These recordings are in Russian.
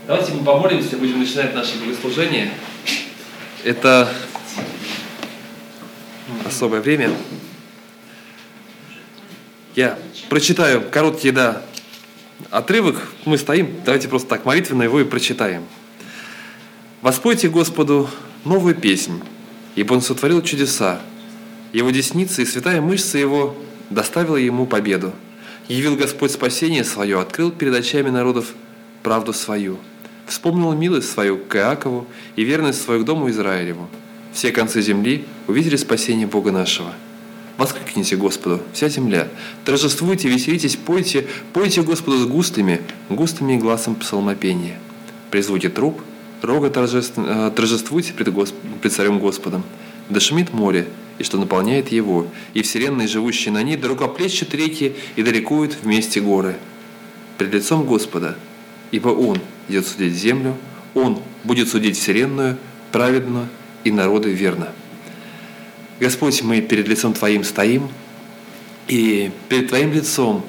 Давайте мы помолимся, будем начинать наше богослужение. Это особое время. Я прочитаю короткий, отрывок. Мы стоим, давайте просто так молитвенно его и прочитаем. «Воспойте Господу новую песнь, ибо Он сотворил чудеса. Его десница и святая мышца Его доставила Ему победу. Явил Господь спасение Свое, открыл перед очами народов правду Свою. Вспомнил милость Свою к Иакову и верность Свою к дому Израилеву. Все концы земли увидели спасение Бога нашего. Воскликните Господу, вся земля, торжествуйте, веселитесь, пойте Господу с густыми гласом псалмопения. При звуке труб, рога торжествуйте пред Царем Господом. Да шумит море, и что наполняет его, и вселенные, живущие на ней, да рукоплещут реки, и да ликуют вместе горы. Пред лицом Господа, ибо Он идет судить землю, Он будет судить вселенную праведно и народы верно». Господь, мы перед лицом Твоим стоим, и перед Твоим лицом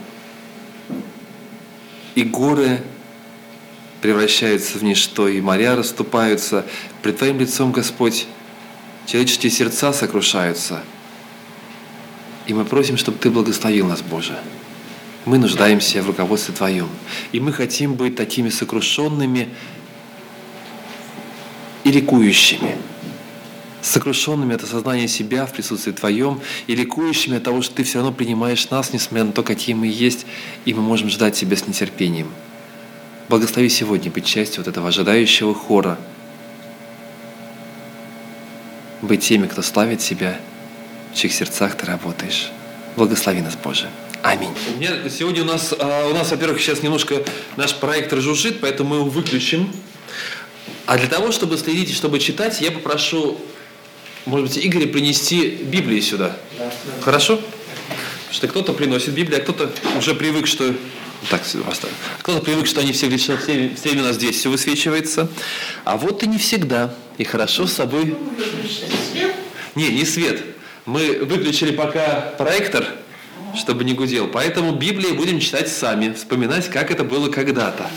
и горы превращаются в ничто, и моря расступаются. Пред Твоим лицом, Господь, человеческие сердца сокрушаются. И мы просим, чтобы Ты благословил нас, Боже. Мы нуждаемся в руководстве Твоем. И мы хотим быть такими сокрушенными и ликующими. Сокрушенными от осознания себя в присутствии Твоем и ликующими от того, что Ты все равно принимаешь нас, несмотря на то, какие мы есть, и мы можем ждать Тебя с нетерпением. Благослови сегодня быть частью вот этого ожидающего хора, быть теми, кто славит Тебя, в чьих сердцах Ты работаешь. Благослови нас, Боже. Аминь. Сегодня у нас, во-первых, сейчас немножко наш проектор жужжит, поэтому мы его выключим. А для того, чтобы следить и чтобы читать, я попрошу, может быть, Игоря принести Библию сюда. Да. Хорошо? Потому что кто-то приносит Библию, а кто-то уже привык, что... Так, оставим. Кто-то привык, что они все время у нас здесь все высвечивается. А вот и не всегда. И хорошо с собой... Не свет. Мы выключили пока проектор, чтобы не гудел. Поэтому Библию будем читать сами, вспоминать, как это было когда-то.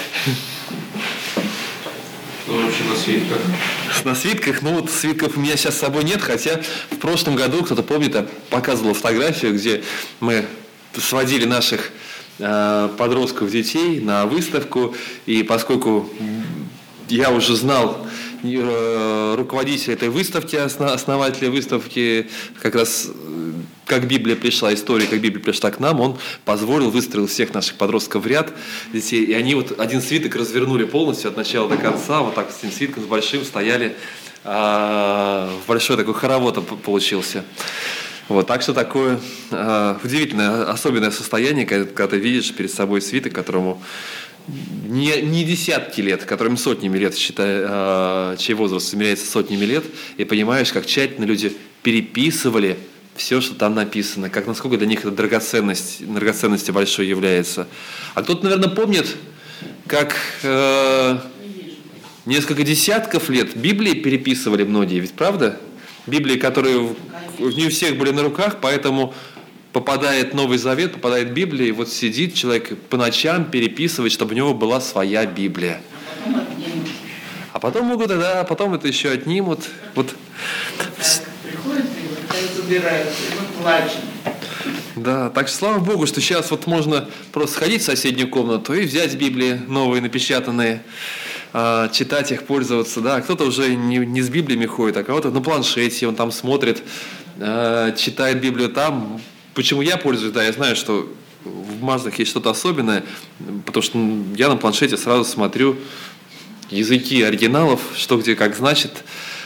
Вообще на свитках? На свитках? Свитков у меня сейчас с собой нет, хотя в прошлом году, кто-то помнит, я показывал фотографию, где мы сводили наших подростков, детей на выставку, и поскольку я уже знал руководителя этой выставки, основателя выставки, как раз как Библия пришла, история, как Библия пришла к нам, он выстроил всех наших подростков в ряд детей, и они один свиток развернули полностью от начала до конца, вот так с этим свитком, с большим стояли, большой такой хоровод получился. Вот, так что такое удивительное, особенное состояние, когда ты видишь перед собой свиток, которому не десятки лет, которым сотнями лет, чей возраст измеряется сотнями лет, и понимаешь, как тщательно люди переписывали все, что там написано, как насколько для них это драгоценностью большой является. А кто-то, наверное, помнит, как несколько десятков лет Библии переписывали многие, ведь правда? Библии, которые не у всех были на руках, поэтому попадает Новый Завет, попадает Библия, и вот сидит человек по ночам, переписывает, чтобы у него была своя Библия. А потом могут, потом это еще отнимут. Вот. Приходят и забираются, и мы плачем. Да, так что слава Богу, что сейчас вот можно просто сходить в соседнюю комнату и взять Библии новые, напечатанные, читать их, пользоваться. Да. Кто-то уже не с Библиями ходит, а кого-то на планшете, он там смотрит, читает Библию там. Почему я пользуюсь? Да, я знаю, что в Маздах есть что-то особенное, потому что я на планшете сразу смотрю языки оригиналов, что где как значит.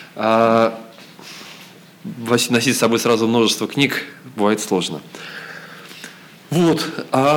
Носить с собой сразу множество книг бывает сложно. Вот.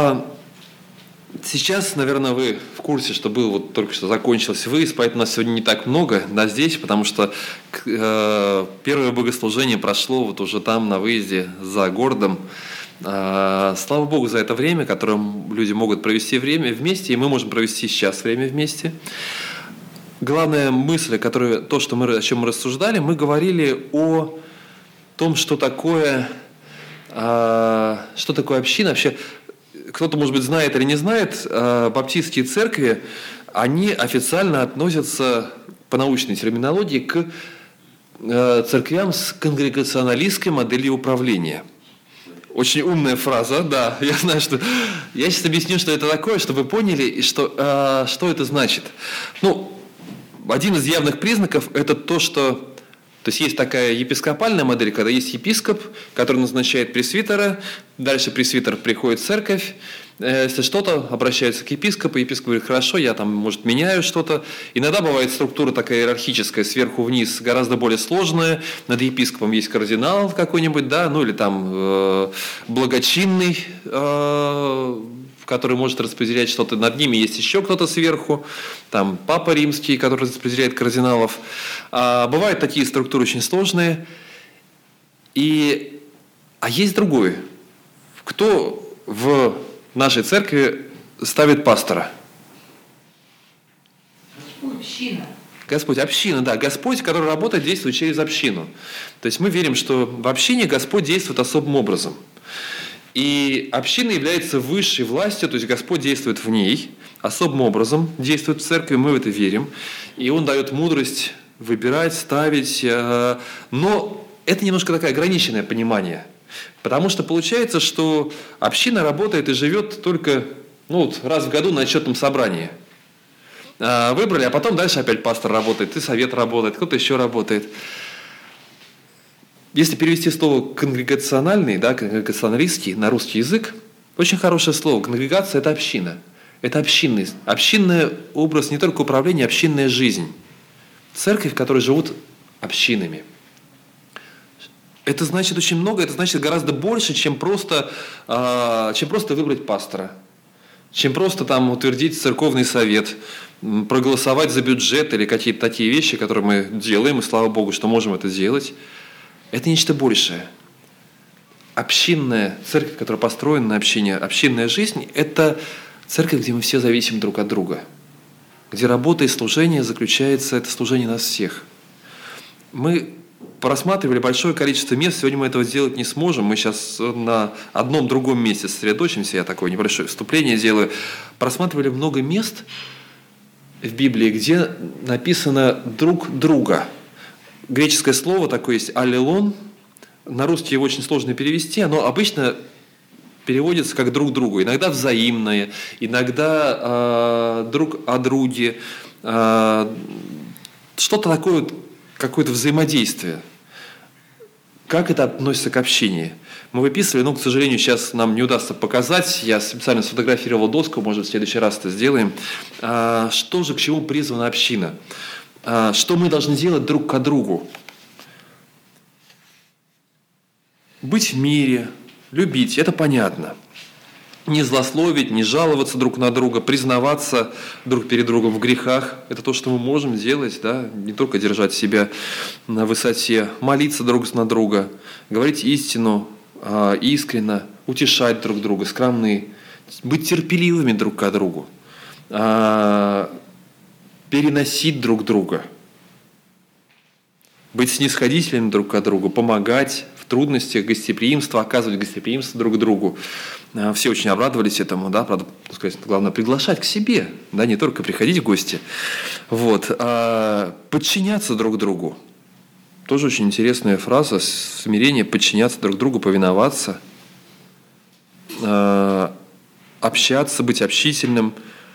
Сейчас, наверное, вы в курсе, что только что закончился выезд, поэтому нас сегодня не так много здесь, потому что первое богослужение прошло вот уже там, на выезде, за городом. Слава Богу за это время, которое люди могут провести время вместе, и мы можем провести сейчас время вместе. Главная мысль, о чем мы рассуждали, мы говорили о том, что такое община. Вообще, кто-то, может быть, знает или не знает, баптистские церкви, они официально относятся по научной терминологии к церквям с конгрегационалистской моделью управления. Очень умная фраза, да, я знаю, что... Я сейчас объясню, что это такое, чтобы вы поняли, и что это значит. Один из явных признаков – это то, что... То есть такая епископальная модель, когда есть епископ, который назначает пресвитера, дальше пресвитер приходит в церковь, если что-то, обращаются к епископу, епископ говорит: хорошо, я там, может, меняю что-то. Иногда бывает структура такая иерархическая, сверху вниз, гораздо более сложная. Над епископом есть кардинал какой-нибудь, да, или там благочинный, который может распределять что-то. Над ними есть еще кто-то сверху, там папа римский, который распределяет кардиналов. Бывают такие структуры очень сложные. А есть другое. Кто в нашей церкви ставит пастора? Община. Господь, община, да. Господь, который работает, действует через общину. То есть мы верим, что в общине Господь действует особым образом. И община является высшей властью, то есть Господь действует в ней, особым образом действует в церкви, мы в это верим. И Он дает мудрость выбирать, ставить. Но это немножко такое ограниченное понимание. Потому что получается, что община работает и живет только раз в году на отчетном собрании. Выбрали, а потом дальше опять пастор работает, и совет работает, кто-то еще работает. Если перевести слово конгрегациональный, да, конгрегационалистский на русский язык, очень хорошее слово. Конгрегация – это община. Это общинный образ не только управления, а общинная жизнь. Церковь, в которой живут общинами. Это значит очень много, это значит гораздо больше, чем просто выбрать пастора, чем просто там утвердить церковный совет, проголосовать за бюджет или какие-то такие вещи, которые мы делаем, и слава Богу, что можем это делать. Это нечто большее. Общинная церковь, которая построена на общине, общинная жизнь – это церковь, где мы все зависим друг от друга, где работа и служение заключается, это служение нас всех. Мы просматривали большое количество мест, сегодня мы этого сделать не сможем, мы сейчас на одном другом месте сосредоточимся, я такое небольшое вступление делаю. Просматривали много мест в Библии, где написано «друг друга». Греческое слово такое есть «аллелон», на русский его очень сложно перевести, оно обычно переводится как «друг другу», иногда взаимное, иногда «друг о друге», что-то такое, какое-то взаимодействие. Как это относится к общине? Мы выписывали, но, к сожалению, сейчас нам не удастся показать. Я специально сфотографировал доску, может, в следующий раз это сделаем. Что же, к чему призвана община? Что мы должны делать друг к другу? Быть в мире, любить, это понятно. Не злословить, не жаловаться друг на друга, признаваться друг перед другом в грехах. Это то, что мы можем делать, да? Не только держать себя на высоте, молиться друг на друга, говорить истину искренне, утешать друг друга, скромны, быть терпеливыми друг к другу, переносить друг друга, быть снисходительными друг к другу, помогать в трудностях, гостеприимство, оказывать гостеприимство друг другу. Все очень обрадовались этому, да, правда, главное приглашать к себе, да, не только приходить в гости. Подчиняться друг другу. Тоже очень интересная фраза, смирение, подчиняться друг другу, повиноваться, общаться, быть общительным,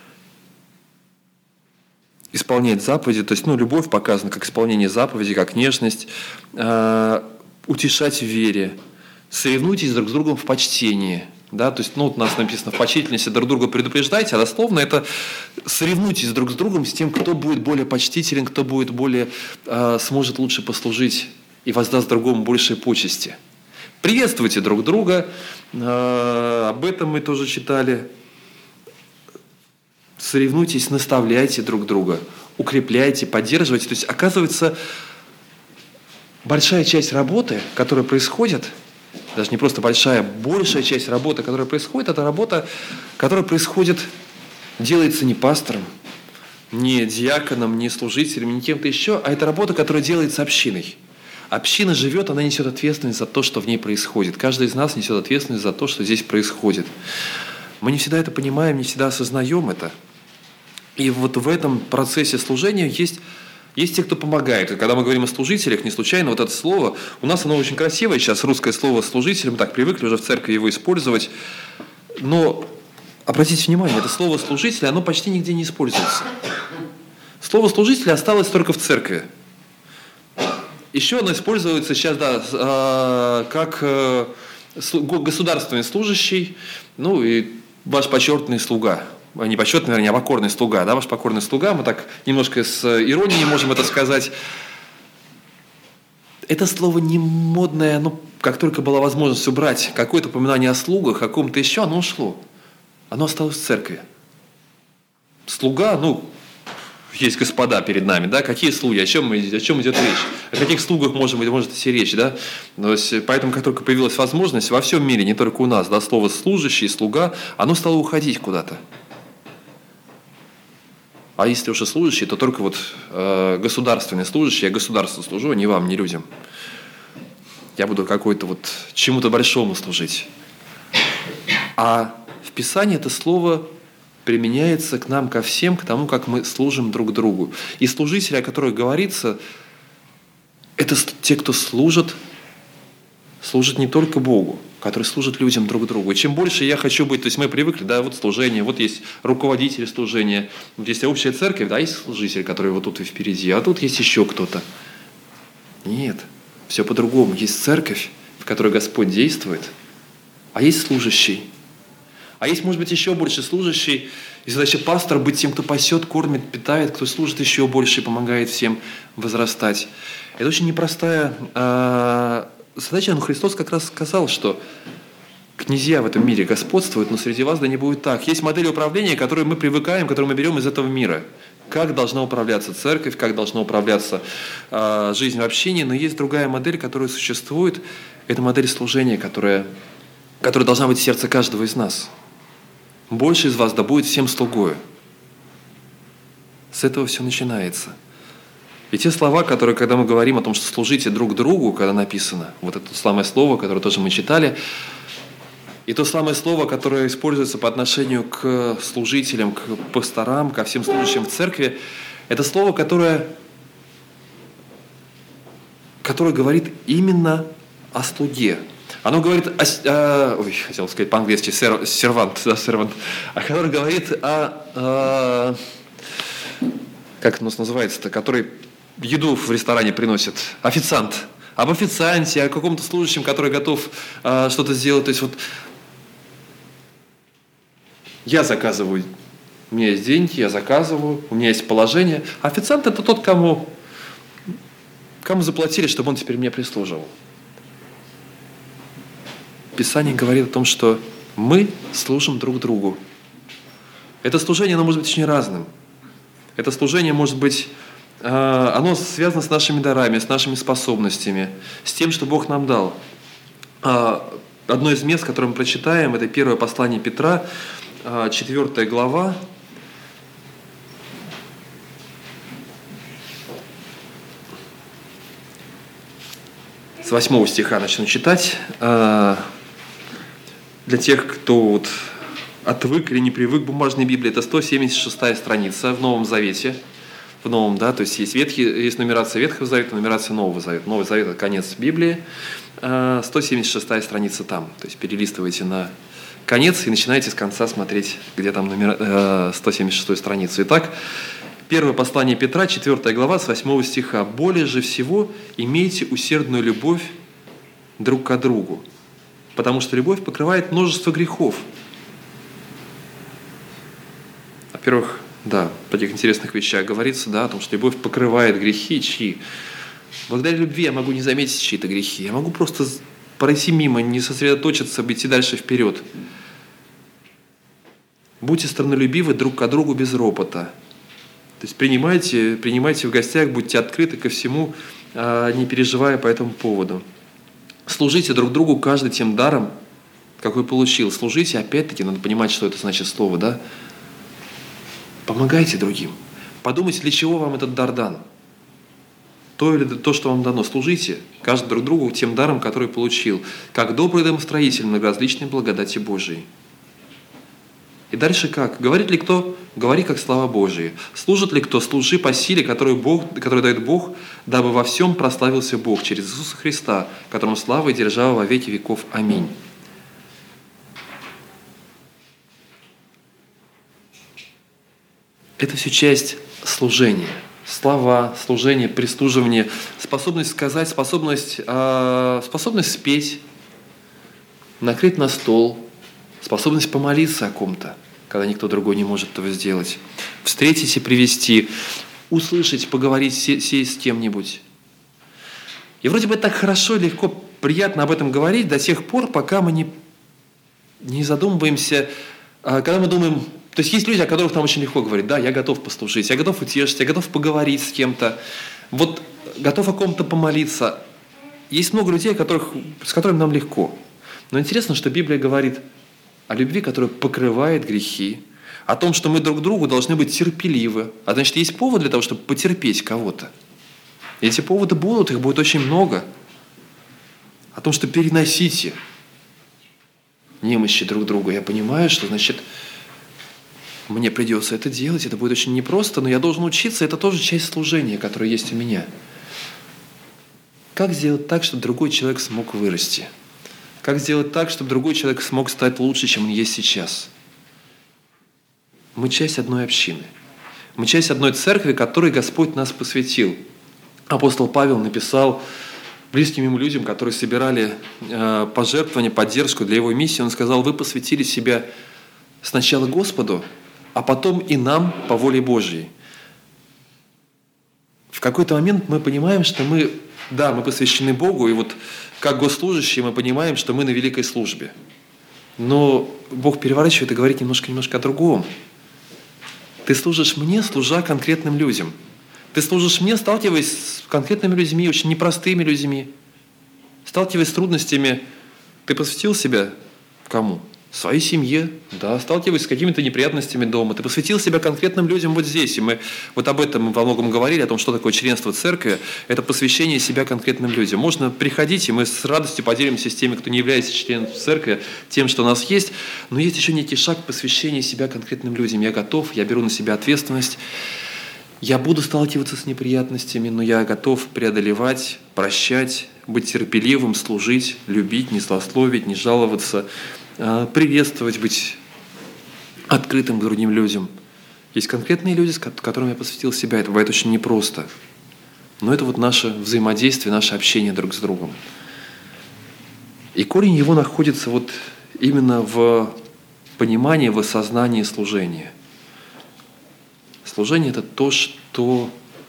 исполнять заповеди, то есть, любовь показана как исполнение заповедей, как нежность, утешать в вере, соревнуйтесь друг с другом в почтении, да, то есть, у нас написано в почтительности друг друга предупреждайте, а дословно это соревнуйтесь друг с другом с тем, кто будет более почтителен, кто будет более, сможет лучше послужить и воздаст другому большей почести. Приветствуйте друг друга, об этом мы тоже читали. Соревнуйтесь, наставляйте друг друга, укрепляйте, поддерживайте. То есть, оказывается, большая часть работы, которая происходит, даже не просто большая часть работы, которая происходит, это работа, которая происходит, делается не пастором, не диаконом, не служителем, не кем-то еще, а это работа, которая делается общиной. Община живет, она несет ответственность за то, что в ней происходит. Каждый из нас несет ответственность за то, что здесь происходит. Мы не всегда это понимаем, не всегда осознаем это. И вот в этом процессе служения есть те, кто помогает. И когда мы говорим о служителях, не случайно вот это слово, у нас оно очень красивое, сейчас русское слово «служитель», мы так привыкли уже в церкви его использовать, но обратите внимание, это слово «служитель», оно почти нигде не используется. Слово «служитель» осталось только в церкви. Еще оно используется сейчас, да, как государственный служащий, ну и ваш почетный слуга. Не почетный, вернее, а покорный слуга. Да, ваш покорный слуга, мы так немножко с иронией можем это сказать. Это слово не модное, но как только была возможность убрать какое-то упоминание о слугах, о ком-то еще, оно ушло. Оно осталось в церкви. Слуга, ну, есть господа перед нами, да, какие слуги, о чем идет речь, о каких слугах может идти речь, да, то есть, поэтому, как только появилась возможность, во всем мире, не только у нас, да, слово «служащий», «слуга», оно стало уходить куда-то. А если уж и служащий, то только вот государственный служащий, я государству служу, а не вам, не людям. Я буду какой-то вот чему-то большому служить. А в Писании это слово применяется к нам, ко всем, к тому, как мы служим друг другу. И служители, о которых говорится, это те, кто служат не только Богу, которые служат людям друг другу. И чем больше я хочу быть, то есть мы привыкли, да, вот служение, вот есть руководитель служения, вот есть общая церковь, да, есть служитель, который вот тут и впереди, а тут есть еще кто-то. Нет, все по-другому. Есть церковь, в которой Господь действует, а есть служащий. А есть, может быть, еще больше служащий, и задача пастора быть тем, кто пасет, кормит, питает, кто служит еще больше и помогает всем возрастать. Это очень непростая задача, но Христос как раз сказал, что князья в этом мире господствуют, но среди вас да не будет так. Есть модели управления, к которой мы привыкаем, которую мы берем из этого мира. Как должна управляться церковь, как должна управляться жизнь в общине, но есть другая модель, которая существует. Это модель служения, которая должна быть в сердце каждого из нас. Больше из вас да будет всем слугою. С этого все начинается. И те слова, которые, когда мы говорим о том, что служите друг другу, когда написано, вот это самое слово, которое тоже мы читали, и то самое слово, которое используется по отношению к служителям, к пасторам, ко всем служащим в церкви, это слово, которое говорит именно о слуге. Оно говорит хотел сказать по-английски servant, а который говорит как у нас называется-то, который еду в ресторане приносит, официант, об официанте, о каком-то служащем, который готов что-то сделать. То есть вот я заказываю, у меня есть деньги, я заказываю, у меня есть положение. Официант – это тот, кому заплатили, чтобы он теперь мне прислуживал. Писание говорит о том, что мы служим друг другу. Это служение, оно может быть очень разным. Это служение может быть, оно связано с нашими дарами, с нашими способностями, с тем, что Бог нам дал. Одно из мест, которое мы прочитаем, это первое послание Петра, 4 глава. С 8 стиха начну читать. Для тех, кто вот отвык или не привык к бумажной Библии, это 176 страница в Новом Завете. В Новом, да, то есть есть нумерация Ветхого Завета, нумерация Нового Завета. Новый Завет – это конец Библии, 176 страница там. То есть перелистываете на конец и начинаете с конца смотреть, где там 176 страницу. Итак, первое послание Петра, 4 глава, с 8 стиха. «Более же всего имейте усердную любовь друг к другу, потому что любовь покрывает множество грехов». Во-первых, да, по этих интересных вещах говорится, да, о том, что любовь покрывает грехи, чьи. Благодаря любви я могу не заметить чьи-то грехи, я могу просто пройти мимо, не сосредоточиться, идти дальше вперед. Будьте страннолюбивы друг к другу без ропота. То есть принимайте в гостях, будьте открыты ко всему, не переживая по этому поводу. Служите друг другу каждый тем даром, какой получил. Служите, опять-таки, надо понимать, что это значит слово, да? Помогайте другим. Подумайте, для чего вам этот дар дан. То или то, что вам дано. Служите каждый друг другу тем даром, который получил, как добрый домостроитель многоразличной благодати Божией. И дальше как? Говорит ли кто? Говори, как слова Божии. Служит ли кто? Служи по силе, которую дает Бог, дабы во всем прославился Бог через Иисуса Христа, которому слава и держава во веки веков. Аминь. Это все часть служения. Слова, служение, прислуживание, способность сказать, способность спеть, накрыть на стол, способность помолиться о ком-то, когда никто другой не может этого сделать, встретить и привести, услышать, поговорить, сесть с кем-нибудь. И вроде бы так хорошо, легко, приятно об этом говорить до тех пор, пока мы не задумываемся, когда мы думаем. То есть люди, о которых нам очень легко говорить: да, я готов послужить, я готов утешить, я готов поговорить с кем-то, вот готов о ком-то помолиться. Есть много людей, с которыми нам легко. Но интересно, что Библия говорит о любви, которая покрывает грехи, о том, что мы друг другу должны быть терпеливы. А значит, есть повод для того, чтобы потерпеть кого-то. И эти поводы будут, их будет очень много. О том, что переносите немощи друг друга. Я понимаю, что, значит, мне придется это делать, это будет очень непросто, но я должен учиться, это тоже часть служения, которое есть у меня. Как сделать так, чтобы другой человек смог вырасти? Как сделать так, чтобы другой человек смог стать лучше, чем он есть сейчас? Мы часть одной общины. Мы часть одной церкви, которой Господь нас посвятил. Апостол Павел написал близким ему людям, которые собирали пожертвования, поддержку для его миссии, он сказал: вы посвятили себя сначала Господу, а потом и нам по воле Божьей. В какой-то момент мы понимаем, что мы посвящены Богу, и вот как госслужащие мы понимаем, что мы на великой службе. Но Бог переворачивает и говорит немножко о другом. Ты служишь мне, служа конкретным людям. Ты служишь мне, сталкиваясь с конкретными людьми, очень непростыми людьми, сталкиваясь с трудностями. Ты посвятил себя кому? Своей семье, да, сталкиваясь с какими-то неприятностями дома. Ты посвятил себя конкретным людям вот здесь. И мы вот об этом во многом говорили, о том, что такое членство церкви. Это посвящение себя конкретным людям. Можно приходить, и мы с радостью поделимся с теми, кто не является членом церкви, тем, что у нас есть. Но есть еще некий шаг посвящения себя конкретным людям. Я готов, я беру на себя ответственность. Я буду сталкиваться с неприятностями, но я готов преодолевать, прощать, быть терпеливым, служить, любить, не злословить, не жаловаться, приветствовать, быть открытым к другим людям. Есть конкретные люди, с которыми я посвятил себя. Это бывает очень непросто. Но это вот наше взаимодействие, наше общение друг с другом. И корень его находится вот именно в понимании, в осознании служения. Служение – это то, что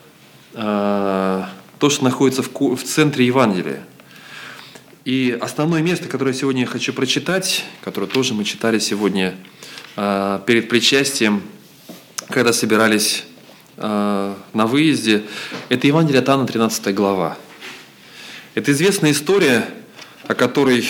находится в центре Евангелия. И основное место, которое я сегодня хочу прочитать, которое тоже мы читали сегодня перед причастием, когда собирались на выезде, это Евангелие от Иоанна, 13 глава. Это известная история, о которой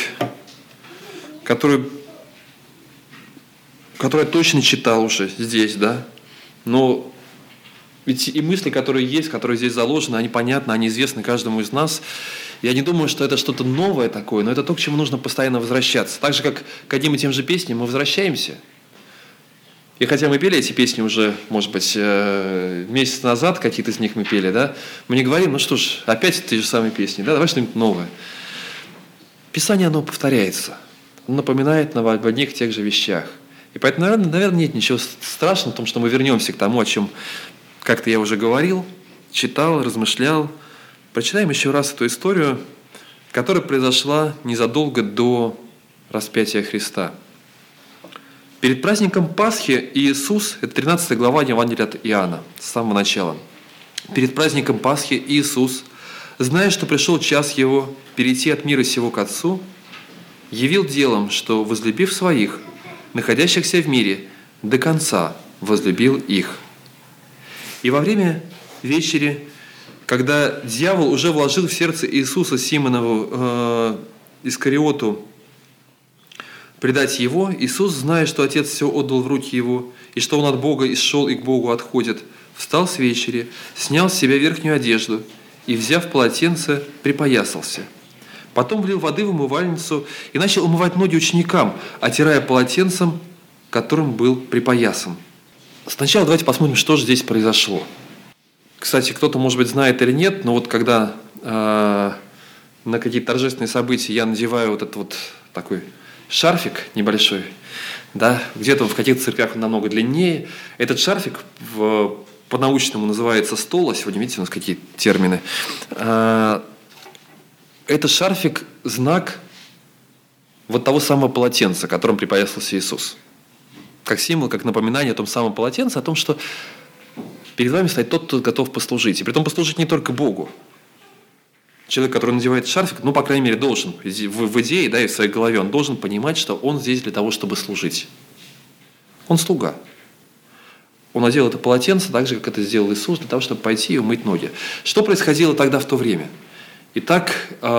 я точно читал уже здесь, да? Но ведь и мысли, которые есть, которые здесь заложены, они понятны, они известны каждому из нас. Я не думаю, что это что-то новое такое, но это то, к чему нужно постоянно возвращаться. Так же, как к одним и тем же песням мы возвращаемся. И хотя мы пели эти песни уже, может быть, месяц назад, какие-то из них мы пели, да, мы не говорим: ну что ж, опять те же самые песни, да, давай что-нибудь новое. Писание, оно повторяется, оно напоминает нам об одних и тех же вещах. И поэтому, наверное, нет ничего страшного в том, что мы вернемся к тому, о чем как-то я уже говорил, читал, размышлял. Прочитаем еще раз эту историю, которая произошла незадолго до распятия Христа. Перед праздником Пасхи Иисус, это 13 глава Евангелия от Иоанна, с самого начала. Перед праздником Пасхи Иисус, зная, что пришел час Его перейти от мира сего к Отцу, явил делом, что, возлюбив своих, находящихся в мире, до конца возлюбил их. И во время вечери, когда дьявол уже вложил в сердце Иисуса Симонову Искариоту предать его, Иисус, зная, что Отец все отдал в руки его, и что он от Бога исшел и к Богу отходит, встал с вечери, снял с себя верхнюю одежду и, взяв полотенце, припоясался. Потом влил воды в умывальницу и начал умывать ноги ученикам, отирая полотенцем которым был припоясан. Сначала давайте посмотрим, что же здесь произошло. Кстати, кто-то, может быть, знает или нет, но вот когда на какие-то торжественные события я надеваю вот этот вот такой шарфик небольшой, да, где-то в каких-то церквях он намного длиннее. Этот шарфик по-научному называется стола. Сегодня, видите, у нас какие термины. Это шарфик – знак вот того самого полотенца, которым припоясался Иисус. Как символ, как напоминание о том самом полотенце, о том, что перед вами стоит тот, кто готов послужить. И притом послужить не только Богу. Человек, который надевает шарфик, ну, по крайней мере, должен, в идее, да, и в своей голове, он должен понимать, что он здесь для того, чтобы служить. Он слуга. Он надел это полотенце так же, как это сделал Иисус, для того, чтобы пойти и умыть ноги. Что происходило тогда в то время? Итак,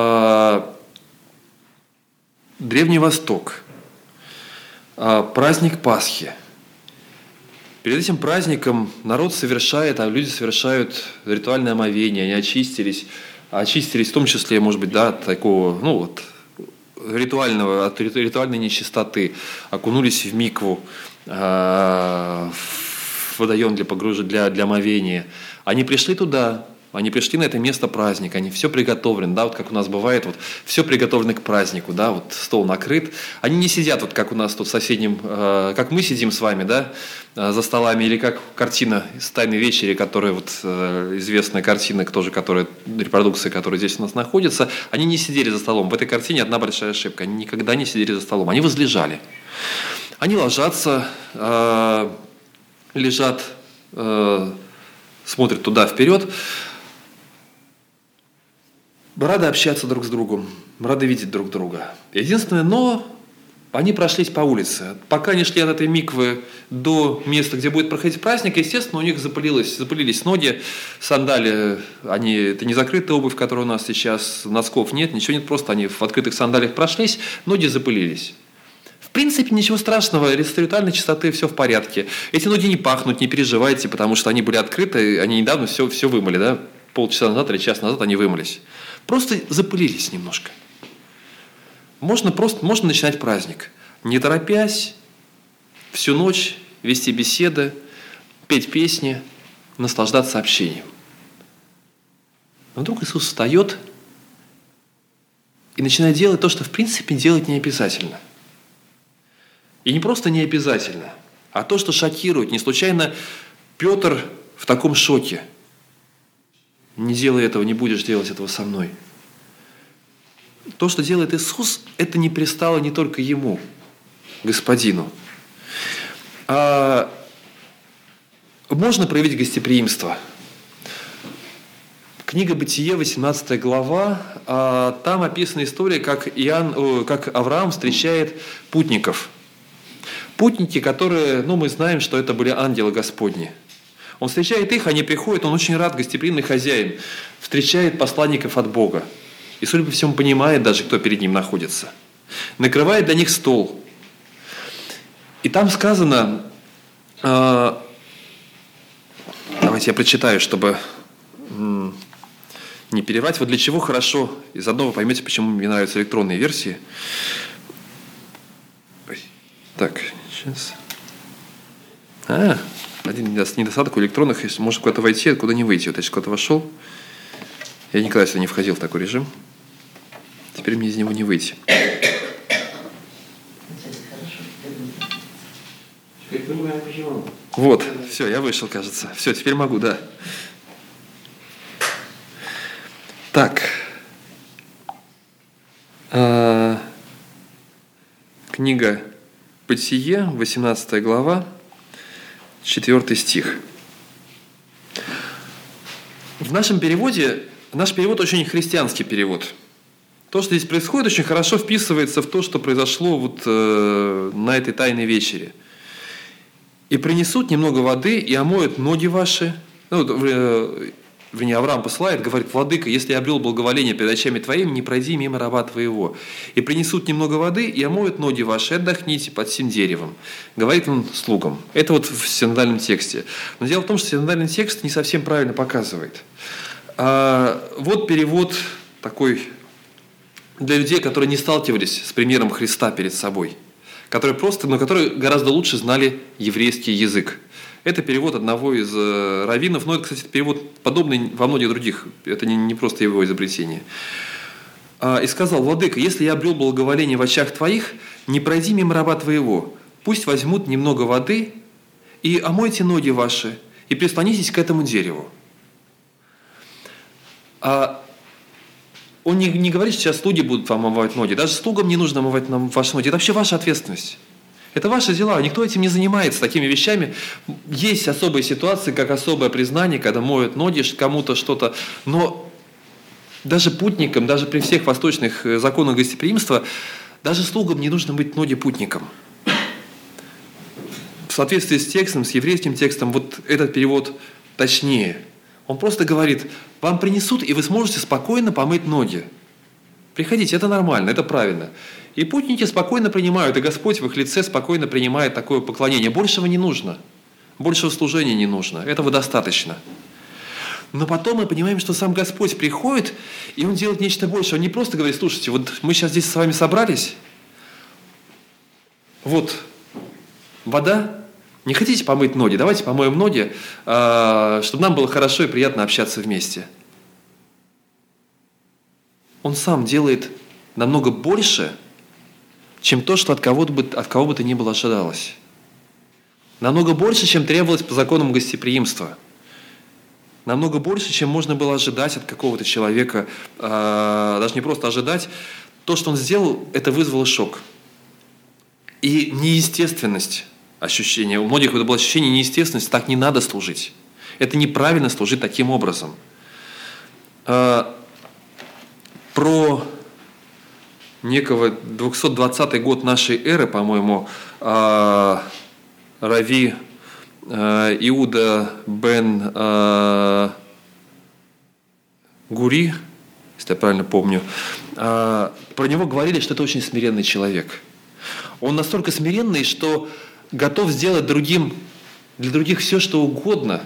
Древний Восток, праздник Пасхи. Перед этим праздником народ совершает, а люди совершают ритуальное омовение, они очистились в том числе, может быть, да, от такого, ну вот, ритуальной нечистоты, окунулись в микву, в водоем для омовения. Они пришли туда, они пришли на это место праздника, они все приготовлено, да, вот как у нас бывает, вот все приготовлено к празднику, да, вот стол накрыт. Они не сидят, вот как у нас тут в соседнем, как мы сидим с вами, да, за столами, или как картина из «Тайной вечери», которая вот известная картина, тоже, которая, репродукция, которая здесь у нас находится. Они не сидели за столом. В этой картине одна большая ошибка. Они никогда не сидели за столом. Они возлежали. Они ложатся, лежат, смотрят туда вперед. Рады общаться друг с другом, рады видеть друг друга. Единственное, но они прошлись по улице. Пока они шли от этой миквы до места, где будет проходить праздник, естественно, у них запылились ноги, сандали, это не закрытая обувь, которая у нас сейчас, носков нет, ничего нет, просто они в открытых сандалиях прошлись, ноги запылились. В принципе, ничего страшного, с ритуальной чистоты все в порядке. Эти ноги не пахнут, не переживайте, потому что они были открыты, они недавно все вымыли, да? Полчаса назад или час назад они вымылись. Просто запылились немножко. Можно начинать праздник, не торопясь, всю ночь вести беседы, петь песни, наслаждаться общением. Но вдруг Иисус встает и начинает делать то, что в принципе делать не обязательно. И не просто не обязательно, а то, что шокирует. Не случайно Петр в таком шоке. Не делай этого, не будешь делать этого со мной. То, что делает Иисус, это не пристало не только Ему, Господину. Можно проявить гостеприимство. Книга Бытие, 18 глава, там описана история, как Авраам встречает путников. Путники, которые, мы знаем, что это были ангелы Господни. Он встречает их, они приходят, он очень рад, гостеприимный хозяин, встречает посланников от Бога. И, судя по всему, понимает даже, кто перед ним находится. Накрывает для них стол. И там сказано, давайте я прочитаю, чтобы не переврать. Вот для чего хорошо, и заодно вы поймете, почему мне нравятся электронные версии. Так, сейчас. Один недостаток у электронных, если можно куда-то войти, откуда не выйти. Вот я сейчас куда-то вошел, я никогда сюда не входил в такой режим. Теперь мне из него не выйти. Вот, все, я вышел, кажется. Все, теперь могу, да. Так. Книга Бытие, 18 глава, 4 стих. В нашем переводе, наш перевод очень христианский перевод. То, что здесь происходит, очень хорошо вписывается в то, что произошло вот на этой тайной вечере. «И принесут немного воды, и омоют ноги ваши». Авраам посылает, говорит: «Владыка, если я обрел благоволение перед очами твоими, не пройди мимо раба твоего. И принесут немного воды, и омоют ноги ваши, и отдохните под сим деревом». Говорит он слугам. Это вот в синодальном тексте. Но дело в том, что синодальный текст не совсем правильно показывает. Вот перевод такой для людей, которые не сталкивались с примером Христа перед собой. но которые гораздо лучше знали еврейский язык. Это перевод одного из раввинов, но это, кстати, перевод подобный во многих других, это не просто его изобретение. И сказал: «Владыка, если я обрел благоволение в очах твоих, не пройди мимо раба твоего, пусть возьмут немного воды и омойте ноги ваши, и прислонитесь к этому дереву». Он не говорит, что сейчас слуги будут вам омывать ноги. Даже слугам не нужно омывать нам ваши ноги. Это вообще ваша ответственность. Это ваши дела. Никто этим не занимается, такими вещами. Есть особые ситуации, как особое признание, когда моют ноги кому-то что-то. Но даже путникам, даже при всех восточных законах гостеприимства, даже слугам не нужно мыть ноги путникам. В соответствии с текстом, с еврейским текстом, вот этот перевод точнее. Он просто говорит: вам принесут, и вы сможете спокойно помыть ноги. Приходите, это нормально, это правильно. И путники спокойно принимают, и Господь в их лице спокойно принимает такое поклонение. Большего не нужно, большего служения не нужно, этого достаточно. Но потом мы понимаем, что сам Господь приходит, и Он делает нечто большее. Он не просто говорит: слушайте, вот мы сейчас здесь с вами собрались, вот вода, не хотите помыть ноги? Давайте помоем ноги, чтобы нам было хорошо и приятно общаться вместе. Он сам делает намного больше, чем то, что от кого бы то ни было ожидалось. Намного больше, чем требовалось по законам гостеприимства. Намного больше, чем можно было ожидать от какого-то человека. Даже не просто ожидать. То, что он сделал, это вызвало шок. И неестественность ощущения. У многих это было ощущение неестественности. Так не надо служить. Это неправильно служить таким образом. Про некого 220 год нашей эры, по-моему, Рави Иуда бен Гури, если я правильно помню, про него говорили, что это очень смиренный человек. Он настолько смиренный, что готов сделать для других все, что угодно,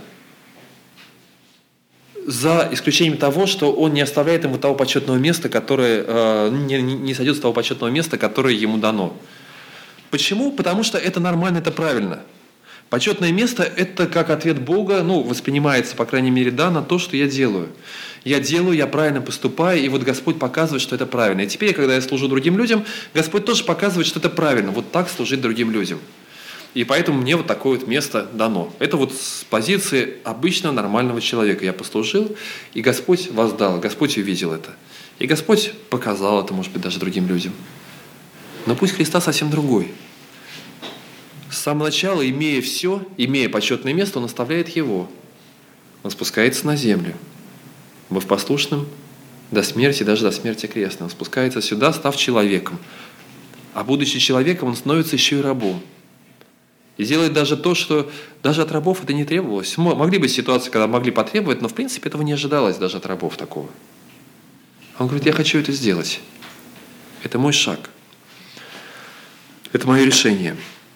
за исключением того, что он не оставляет ему того почетного места, которое не сойдет с того почетного места, которое ему дано. Почему? Потому что это нормально, это правильно. Почетное место – это как ответ Бога, воспринимается, по крайней мере, на то, что я делаю. Я правильно поступаю, и вот Господь показывает, что это правильно. И теперь, когда я служу другим людям, Господь тоже показывает, что это правильно, вот так служить другим людям. И поэтому мне вот такое вот место дано. Это вот с позиции обычного нормального человека. Я послужил, и Господь воздал, Господь увидел это. И Господь показал это, может быть, даже другим людям. Но путь Христа совсем другой. С самого начала, имея все, имея почетное место, Он оставляет его. Он спускается на землю, быв послушным до смерти, даже до смерти крестной. Он спускается сюда, став человеком. А будучи человеком, Он становится еще и рабом. И делает даже то, что даже от рабов это не требовалось. Могли быть ситуации, когда могли потребовать, но в принципе этого не ожидалось даже от рабов такого. Он говорит: я хочу это сделать. Это мой шаг. Это мое решение.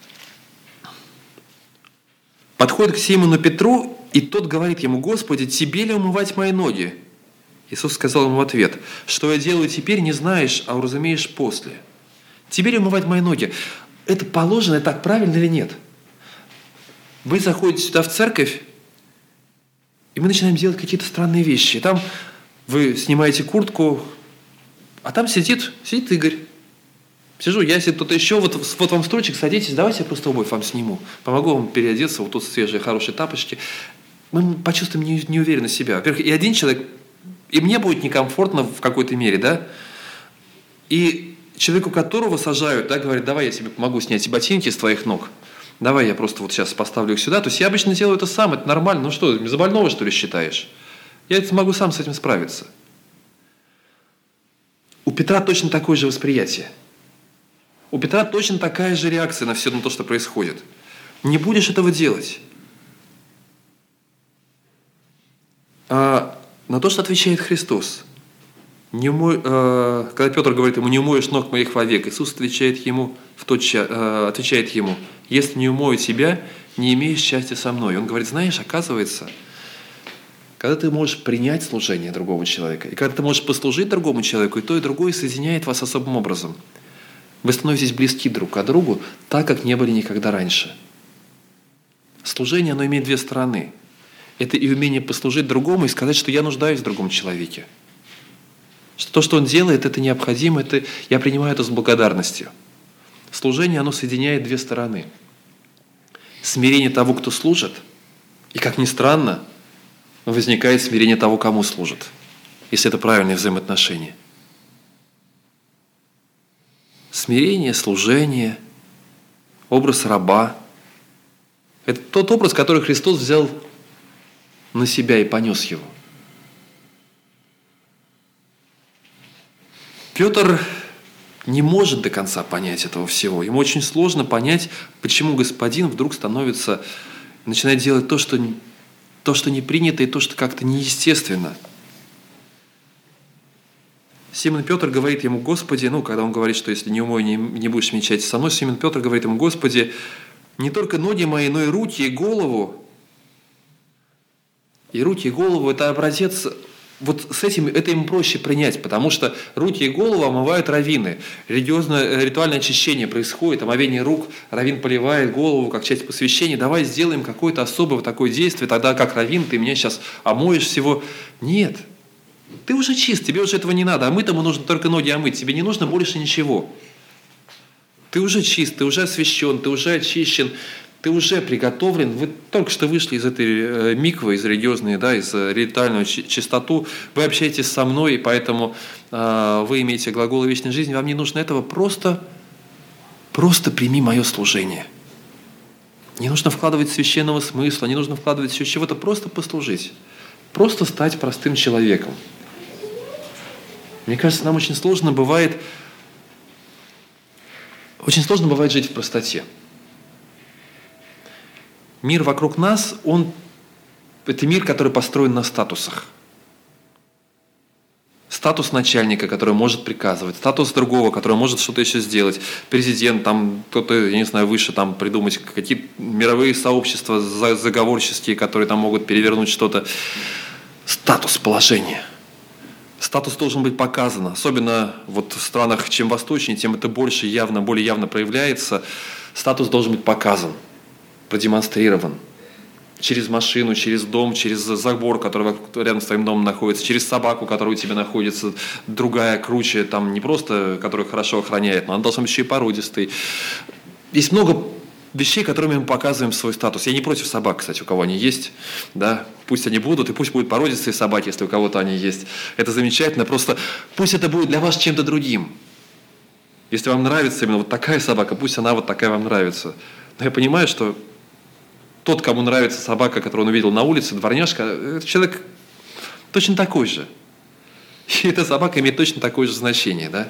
Подходит к Симону Петру, и тот говорит ему: Господи, тебе ли умывать мои ноги? Иисус сказал ему в ответ: что я делаю теперь, не знаешь, а уразумеешь после. Тебе ли умывать мои ноги? Это положено, это так правильно или нет? Вы заходите сюда в церковь, и мы начинаем делать какие-то странные вещи. Там вы снимаете куртку, а там сидит Игорь. Сижу, я, если кто-то еще, вот вам стульчик, садитесь, давайте я просто обувь вам сниму. Помогу вам переодеться, вот тут свежие, хорошие тапочки. Мы почувствуем неуверенность в себя. Во-первых, и один человек, и мне будет некомфортно в какой-то мере, да? И человеку, которого сажают, да, говорит: давай я тебе помогу снять ботинки с твоих ног. Давай я просто вот сейчас поставлю их сюда. То есть я обычно делаю это сам, это нормально. Ну что, за больного, что ли, считаешь? Я могу сам с этим справиться. У Петра точно такое же восприятие. У Петра точно такая же реакция на все то, что происходит. Не будешь этого делать. А на то, что отвечает Христос. Когда Петр говорит ему: не умоешь ног моих вовек, Иисус отвечает ему: если не умою тебя, не имеешь счастья со мной. Он говорит: знаешь, оказывается, когда ты можешь принять служение другого человека, и когда ты можешь послужить другому человеку, и то, и другое соединяет вас особым образом. Вы становитесь близки друг к другу, так, как не были никогда раньше. Служение, оно имеет две стороны. Это и умение послужить другому и сказать, что я нуждаюсь в другом человеке. Что то, что он делает, это необходимо, это я принимаю это с благодарностью. Служение, оно соединяет две стороны. Смирение того, кто служит, и, как ни странно, возникает смирение того, кому служит, если это правильные взаимоотношения. Смирение, служение, образ раба – это тот образ, который Христос взял на себя и понес его. Петр не может до конца понять этого всего. Ему очень сложно понять, почему Господин вдруг начинает делать то, что не принято, и то, что как-то неестественно. Симон Петр говорит ему: Господи, когда он говорит, что если не умой, не будешь мечать со мной, Симон Петр говорит ему: Господи, не только ноги мои, но и руки, и голову. И руки, и голову – это образец. Вот с этим это им проще принять, потому что руки и голову омывают раввины. Религиозное ритуальное очищение происходит, омовение рук, раввин поливает голову как часть посвящения. Давай сделаем какое-то особое такое действие, тогда как раввин ты меня сейчас омоешь всего. Нет, ты уже чист, тебе уже этого не надо, а мытому нужно только ноги омыть, тебе не нужно больше ничего. Ты уже чист, ты уже освящен, ты уже очищен. Ты уже приготовлен, вы только что вышли из этой миквы, из религиозной, из ритуальную чистоту, вы общаетесь со мной, и поэтому вы имеете глаголы вечной жизни, вам не нужно этого, просто прими мое служение. Не нужно вкладывать священного смысла, не нужно вкладывать еще чего-то, просто послужить, просто стать простым человеком. Мне кажется, нам очень сложно бывает жить в простоте. Мир вокруг нас, это мир, который построен на статусах. Статус начальника, который может приказывать, статус другого, который может что-то еще сделать, президент, кто-то, я не знаю, выше придумать какие-то мировые сообщества заговорческие, которые могут перевернуть что-то. Статус положения. Статус должен быть показан, особенно в странах, чем восточнее, тем это более явно проявляется. Статус должен быть показан, продемонстрирован. Через машину, через дом, через забор, который рядом с твоим домом находится, через собаку, которая у тебя находится, другая, круче, не просто, которая хорошо охраняет, но она должна быть еще и породистой. Есть много вещей, которыми мы показываем свой статус. Я не против собак, кстати, у кого они есть. Да? Пусть они будут, и пусть будут породистые собаки, если у кого-то они есть. Это замечательно, просто пусть это будет для вас чем-то другим. Если вам нравится именно такая собака, пусть она такая вам нравится. Но я понимаю, что тот, кому нравится собака, которую он увидел на улице, дворняжка, это человек точно такой же. И эта собака имеет точно такое же значение. Да?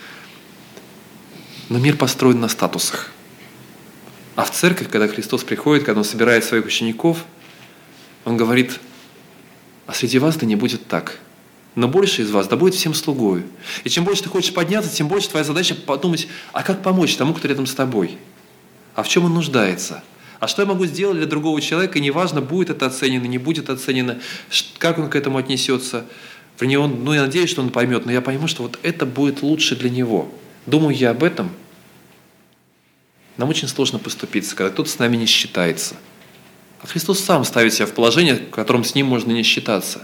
Но мир построен на статусах. А в церковь, когда Христос приходит, когда Он собирает своих учеников, Он говорит: а среди вас да не будет так. Но больше из вас да будет всем слугою. И чем больше ты хочешь подняться, тем больше твоя задача подумать, а как помочь тому, кто рядом с тобой? А в чем он нуждается? А что я могу сделать для другого человека, и неважно, будет это оценено, не будет оценено, как он к этому отнесется. Вернее, я надеюсь, что он поймет, но я пойму, что это будет лучше для него. Думаю я об этом. Нам очень сложно поступиться, когда кто-то с нами не считается. А Христос сам ставит себя в положение, в котором с Ним можно не считаться.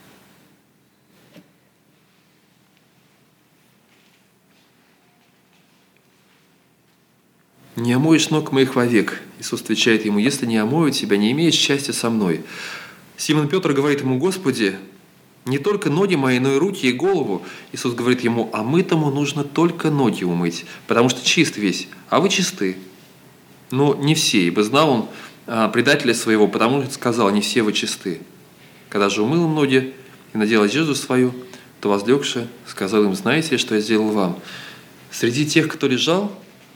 «Не омоешь ног моих вовек», Иисус отвечает ему: «Если не омою тебя, не имеешь счастья со мной». Симон Петр говорит ему: «Господи, не только ноги мои, но и руки, и голову». Иисус говорит ему: «А мытому нужно только ноги умыть, потому что чист весь, а вы чисты». Но не все, ибо знал он предателя своего, потому что сказал: «Не все вы чисты». Когда же умыл им ноги и надел одежду свою, то, возлегши, сказал им: «Знаете, что я сделал вам?» Среди тех, кто лежал,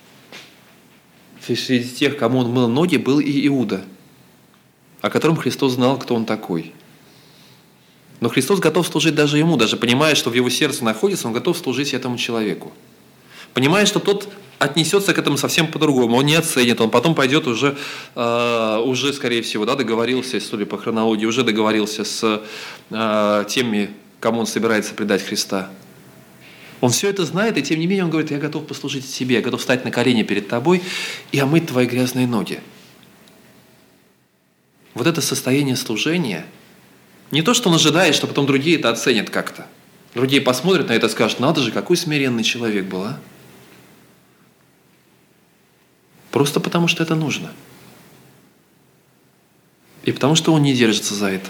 среди тех, кому он мыл ноги, был и Иуда, о котором Христос знал, кто он такой. Но Христос готов служить даже ему, даже понимая, что в его сердце находится, он готов служить этому человеку. Понимая, что тот отнесется к этому совсем по-другому, он не оценит, он потом пойдет уже скорее всего, договорился, судя по хронологии, уже договорился с теми, кому он собирается предать Христа. Он все это знает, и тем не менее он говорит: я готов послужить тебе, я готов встать на колени перед тобой и омыть твои грязные ноги. Вот это состояние служения, не то, что он ожидает, что потом другие это оценят как-то. Другие посмотрят на это и скажут: надо же, какой смиренный человек был, а? Просто потому, что это нужно. И потому, что он не держится за это.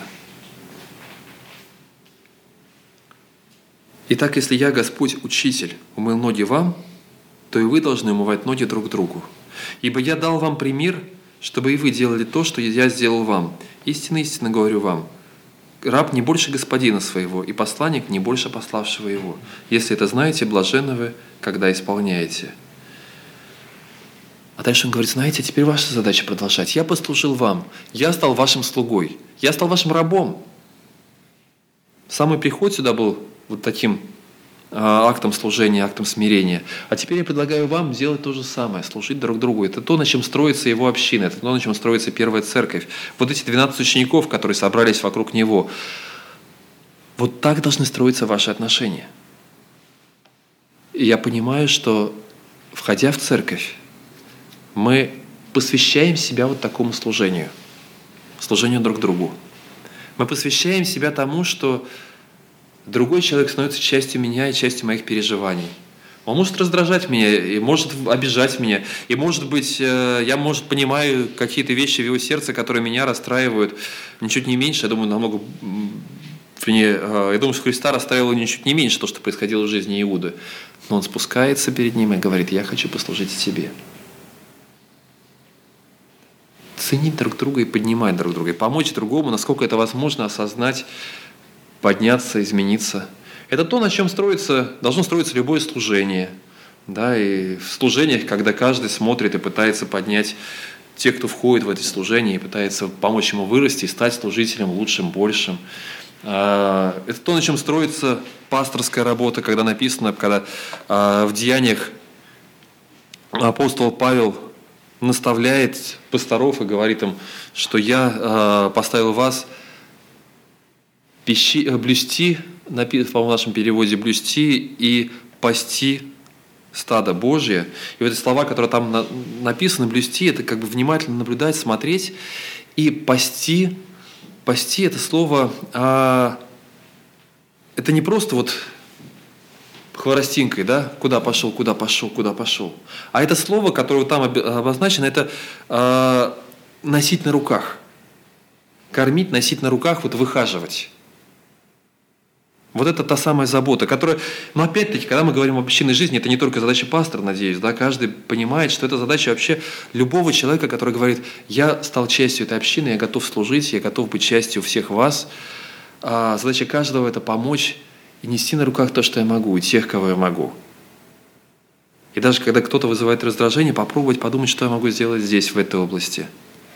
Итак, если я, Господь, Учитель, умыл ноги вам, то и вы должны умывать ноги друг другу. Ибо я дал вам пример, чтобы и вы делали то, что я сделал вам. Истинно, истинно говорю вам, раб не больше господина своего, и посланник не больше пославшего его. Если это знаете, блаженны вы, когда исполняете. А дальше он говорит: знаете, теперь ваша задача продолжать. Я послужил вам, я стал вашим слугой, я стал вашим рабом. Сам мой приход сюда был вот таким актом служения, актом смирения. А теперь я предлагаю вам сделать то же самое, служить друг другу. Это то, на чем строится его община, это то, на чем строится первая церковь. Вот эти 12 учеников, которые собрались вокруг него, вот так должны строиться ваши отношения. И я понимаю, что, входя в церковь, мы посвящаем себя вот такому служению друг другу. Мы посвящаем себя тому, что другой человек становится частью меня и частью моих переживаний. Он может раздражать меня, и может обижать меня, и, может быть, я, понимаю какие-то вещи в его сердце, которые меня расстраивают ничуть не меньше. Я думаю, я думаю, что Христа расстраивало ничуть не меньше то, что происходило в жизни Иуды. Но он спускается перед ним и говорит: я хочу послужить тебе. Ценить друг друга и поднимать друг друга, и помочь другому, насколько это возможно, осознать, подняться, измениться. Это то, на чем должно строиться любое служение. Да, и в служениях, когда каждый смотрит и пытается поднять тех, кто входит в это служение, и пытается помочь ему вырасти и стать служителем лучшим, большим. Это то, на чем строится пасторская работа, когда написано, когда в Деяниях апостол Павел наставляет пасторов и говорит им, что я поставил вас блюсти, по нашем переводе, блюсти и пасти стадо Божие. И вот эти слова, которые там написаны, блюсти, это как бы внимательно наблюдать, смотреть. И пасти это слово, это не просто вот хворостинкой, да, куда пошел. А это слово, которое там обозначено, это носить на руках. Кормить, носить на руках, вот выхаживать. Вот это та самая забота, которая, но опять-таки, когда мы говорим об общинной жизни, это не только задача пастора, надеюсь, да, каждый понимает, что это задача вообще любого человека, который говорит: я стал частью этой общины, я готов служить, я готов быть частью всех вас. Задача каждого – это помочь и нести на руках то, что я могу, и тех, кого я могу. И даже когда кто-то вызывает раздражение, попробовать подумать, что я могу сделать здесь, в этой области.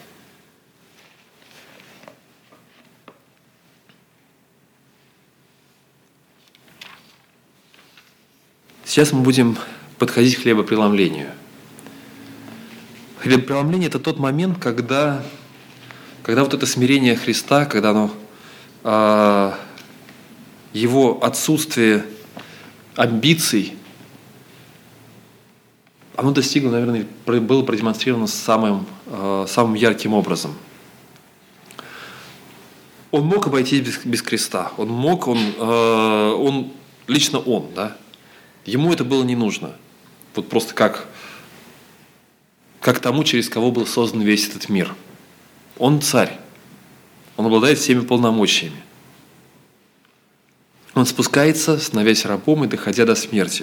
Сейчас мы будем подходить к хлебопреломлению. Хлебопреломление – это тот момент, когда вот это смирение Христа, когда его отсутствие амбиций, оно достигло, наверное, было продемонстрировано самым ярким образом. Он мог обойтись без креста, лично он, да? Ему это было не нужно. Вот просто как тому, через кого был создан весь этот мир. Он царь. Он обладает всеми полномочиями. Он спускается, становясь рабом и доходя до смерти.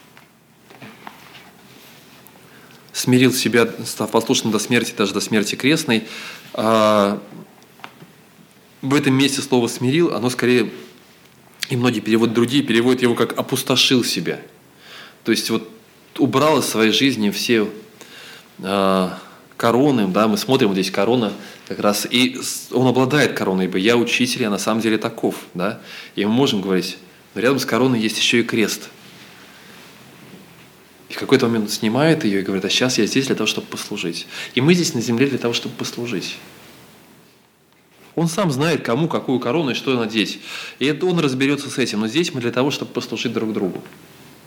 Смирил себя, став послушным до смерти, даже до смерти крестной. В этом месте слово «смирил», оно скорее, и многие другие переводят его как «опустошил себя». То есть вот убрал из своей жизни все короны, да, мы смотрим, вот здесь корона как раз, и он обладает короной, ибо я учитель, я на самом деле таков, да, и мы можем говорить, но рядом с короной есть еще и крест. И в какой-то момент он снимает ее и говорит: а сейчас я здесь для того, чтобы послужить. И мы здесь на земле для того, чтобы послужить. Он сам знает, кому какую корону и что надеть. И это он разберется с этим. Но здесь мы для того, чтобы послужить друг другу.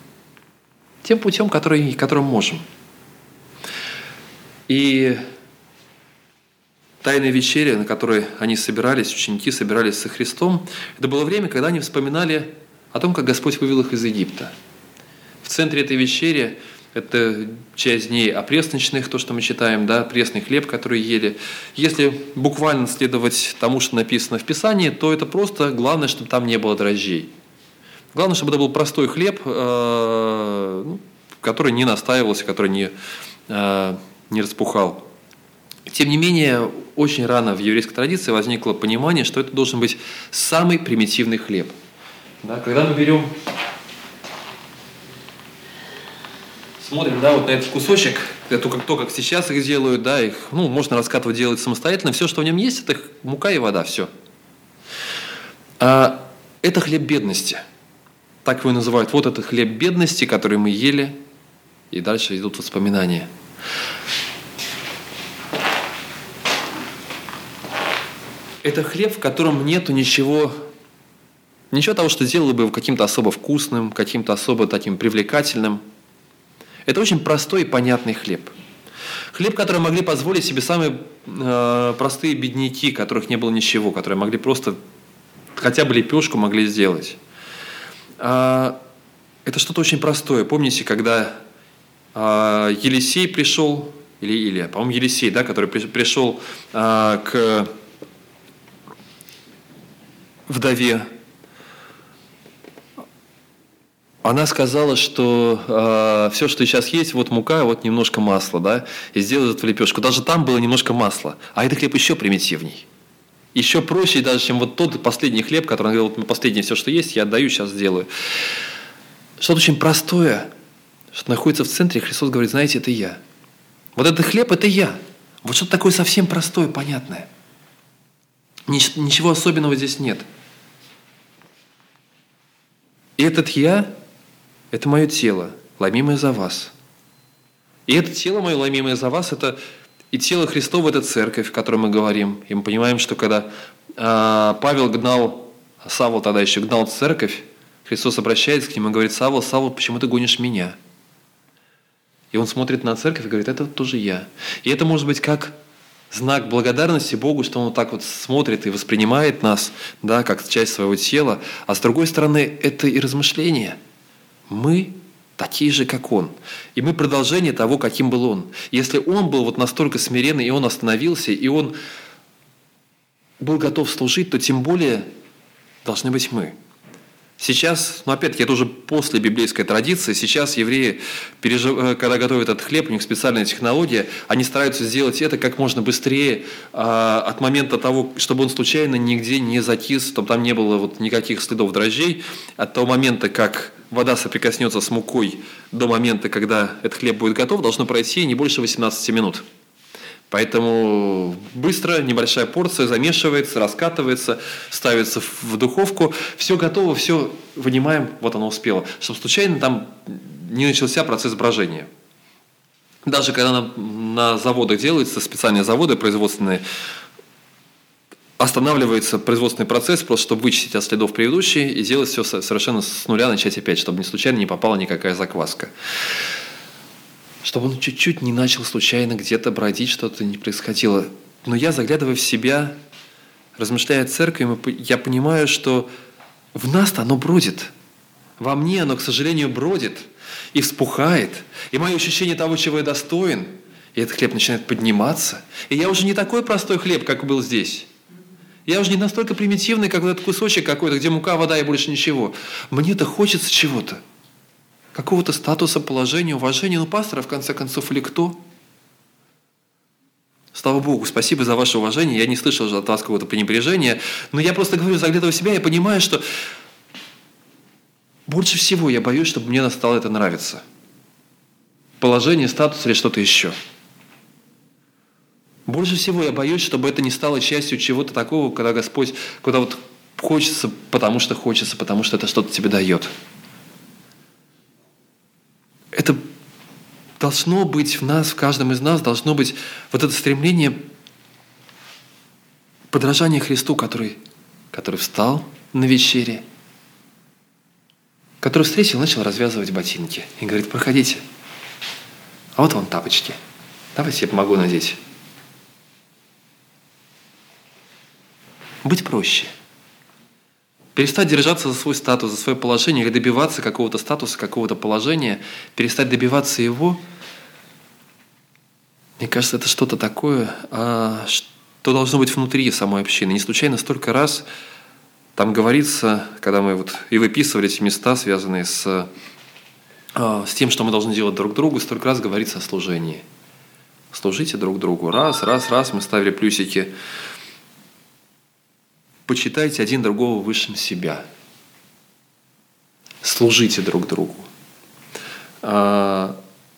тем путем, которым можем. И Тайная вечеря, на которой они собирались, ученики собирались со Христом, это было время, когда они вспоминали о том, как Господь вывел их из Египта. В центре этой вечери это часть дней опресночных, то, что мы читаем, да, пресный хлеб, который ели. Если буквально следовать тому, что написано в Писании, то это просто главное, чтобы там не было дрожжей. Главное, чтобы это был простой хлеб, который не настаивался, который не распухал. Тем не менее, очень рано в еврейской традиции возникло понимание, что это должен быть самый примитивный хлеб. Да, когда мы берем, смотрим, да, вот на этот кусочек, это то, как сейчас их делают, да, их, можно раскатывать, делать самостоятельно, все, что в нем есть, это мука и вода, все. Это хлеб бедности. Так его и называют. Вот это хлеб бедности, который мы ели, и дальше идут воспоминания. Это хлеб, в котором нету ничего того, что сделало бы его каким-то особо вкусным, каким-то особо таким привлекательным. Это очень простой и понятный хлеб. Хлеб, который могли позволить себе самые простые бедняки, у которых не было ничего, которые могли просто хотя бы лепешку могли сделать. Это что-то очень простое. Помните, когда Елисей пришел, или Илия, по-моему, Елисей, да, который пришел к вдове, она сказала, что все, что сейчас есть, вот мука, вот немножко масла, да, и сделают эту лепешку. Даже там было немножко масла, а этот хлеб еще примитивней. Еще проще даже, чем вот тот последний хлеб, который она говорила, вот последнее все, что есть, я отдаю, сейчас сделаю. Что-то очень простое, что находится в центре, Христос говорит, знаете, это я. Вот этот хлеб – это я. Вот что-то такое совсем простое, понятное. Ничего особенного здесь нет. И этот я – это мое тело, ломимое за вас. И это тело мое, ломимое за вас, это и тело Христово – это церковь, о которой мы говорим. И мы понимаем, что когда Павел гнал, Савл тогда еще гнал церковь, Христос обращается к нему и говорит, Савл, Савл, почему ты гонишь меня? И он смотрит на церковь и говорит, это тоже я. И это может быть как знак благодарности Богу, что Он вот так вот смотрит и воспринимает нас, да, как часть своего тела. А с другой стороны, это и размышление. Мы такие же, как Он. И мы продолжение того, каким был Он. Если Он был вот настолько смиренный, и Он остановился, и Он был готов служить, то тем более должны быть мы. Сейчас, опять-таки, это уже после библейской традиции, сейчас евреи, когда готовят этот хлеб, у них специальная технология, они стараются сделать это как можно быстрее, от момента того, чтобы он случайно нигде не закис, чтобы там не было вот никаких следов дрожжей, от того момента, как вода соприкоснется с мукой, до момента, когда этот хлеб будет готов, должно пройти не больше 18 минут. Поэтому быстро, небольшая порция замешивается, раскатывается, ставится в духовку. Все готово, все вынимаем, вот оно успело. Чтобы случайно там не начался процесс брожения. Даже когда на заводах делаются специальные заводы производственные, останавливается производственный процесс, просто чтобы вычистить от следов предыдущие и делать все совершенно с нуля, начать опять, чтобы случайно не попала никакая закваска. Чтобы он чуть-чуть не начал случайно где-то бродить, что-то не происходило. Но я, заглядывая в себя, размышляя о церкви, я понимаю, что в нас-то оно бродит. Во мне оно, к сожалению, бродит и вспухает. И мое ощущение того, чего я достоин, и этот хлеб начинает подниматься. И я уже не такой простой хлеб, как был здесь. Я уже не настолько примитивный, как вот этот кусочек какой-то, где мука, вода и больше ничего. Мне-то хочется чего-то. Какого-то статуса, положения, уважения. Ну, пастора, в конце концов, или кто? Слава Богу, спасибо за ваше уважение. Я не слышал от вас какого-то пренебрежения. Но я просто говорю, заглядывая в себя, я понимаю, что больше всего я боюсь, чтобы мне стало это нравиться. Положение, статус или что-то еще. Больше всего я боюсь, чтобы это не стало частью чего-то такого, когда Господь, куда вот хочется, потому что это что-то тебе дает. Это должно быть в нас, в каждом из нас, должно быть вот это стремление подражания Христу, который встал на вечере который встретил, начал развязывать ботинки. И говорит: проходите. А вот вам тапочки. Давайте я помогу надеть. Быть проще. Перестать держаться за свой статус, за свое положение, или добиваться какого-то статуса, какого-то положения, перестать добиваться его. Мне кажется, это что-то такое, что должно быть внутри самой общины. Не случайно столько раз там говорится, когда мы вот и выписывали эти места, связанные с тем, что мы должны делать друг другу, столько раз говорится о служении. Служите друг другу. Раз, мы ставили плюсики. Почитайте один другого высшим себя. Служите друг другу. В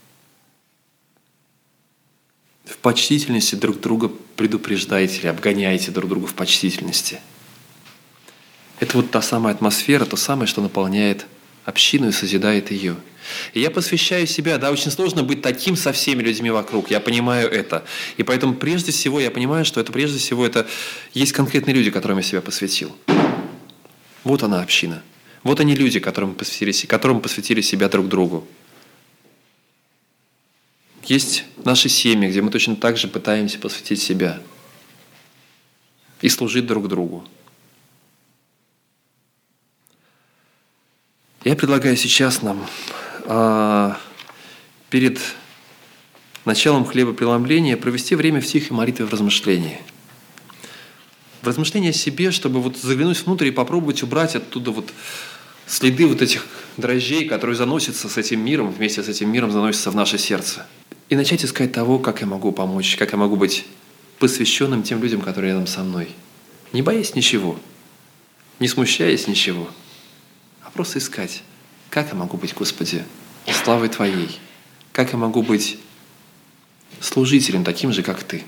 почтительности друг друга предупреждайте или обгоняйте друг друга в почтительности. Это вот та самая атмосфера, то самое, что наполняет общину и созидает ее. И я посвящаю себя, да, очень сложно быть таким со всеми людьми вокруг, я понимаю это. И поэтому прежде всего я понимаю, что это есть конкретные люди, которым я себя посвятил. Вот она община. Вот они люди, которым посвятили себя друг другу. Есть наши семьи, где мы точно так же пытаемся посвятить себя и служить друг другу. Я предлагаю сейчас нам перед началом хлебопреломления провести время в тихой молитве в размышлении. В размышлении о себе, чтобы вот заглянуть внутрь и попробовать убрать оттуда вот следы вот этих дрожжей, которые заносятся с этим миром, вместе с этим миром заносятся в наше сердце. И начать искать того, как я могу помочь, как я могу быть посвященным тем людям, которые рядом со мной. Не боясь ничего, не смущаясь ничего, а просто искать, как я могу быть, Господи, славой Твоей, как я могу быть служителем таким же, как Ты.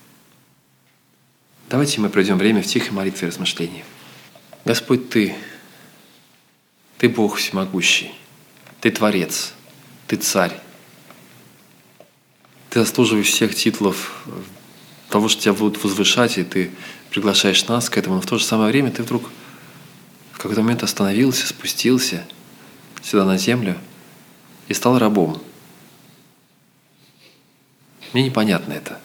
Давайте мы проведем время в тихой молитве и размышлении. Господь, Ты Бог всемогущий, Ты Творец, Ты Царь. Ты заслуживаешь всех титулов того, что Тебя будут возвышать, и Ты приглашаешь нас к этому. Но в то же самое время Ты вдруг в какой-то момент остановился, спустился сюда на землю и стал рабом. Мне непонятно это.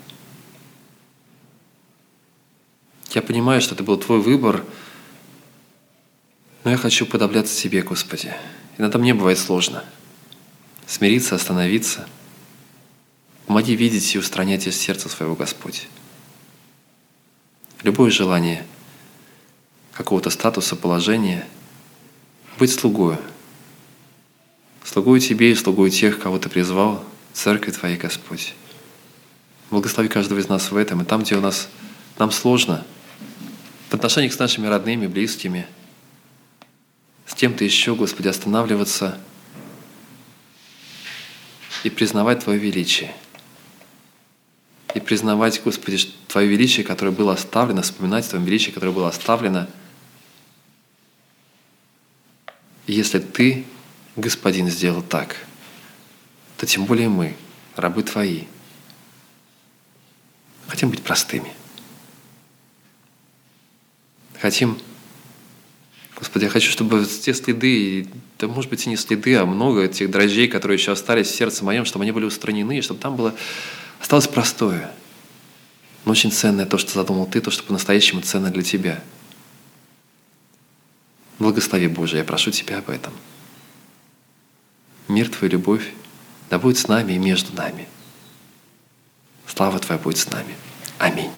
Я понимаю, что это был Твой выбор, но я хочу подобляться Тебе, Господи. Иногда мне бывает сложно смириться, остановиться. Помоги видеть и устранять из сердца своего, Господь. Любое желание какого-то статуса, положения, быть слугою. Слугою Тебе и слугою тех, кого Ты призвал, Церкви Твоей, Господь. Благослови каждого из нас в этом. И там, где нам сложно, в отношениях с нашими родными, близкими, с кем-то еще, Господи, останавливаться и признавать Твое величие. И признавать, Господи, Твое величие, которое было оставлено, вспоминать о Твоем величии, которое было оставлено. И если Ты, Господин, сделал так, то тем более мы, рабы Твои, хотим быть простыми. Господи, я хочу, чтобы те следы, да, может быть, и не следы, а много этих дрожжей, которые еще остались в сердце моем, чтобы они были устранены, и чтобы там осталось простое, но очень ценное то, что задумал Ты, то, что по-настоящему ценно для Тебя. Благослови, Боже, я прошу Тебя об этом. Мир Твой, любовь, да будет с нами и между нами. Слава Твоя будет с нами. Аминь.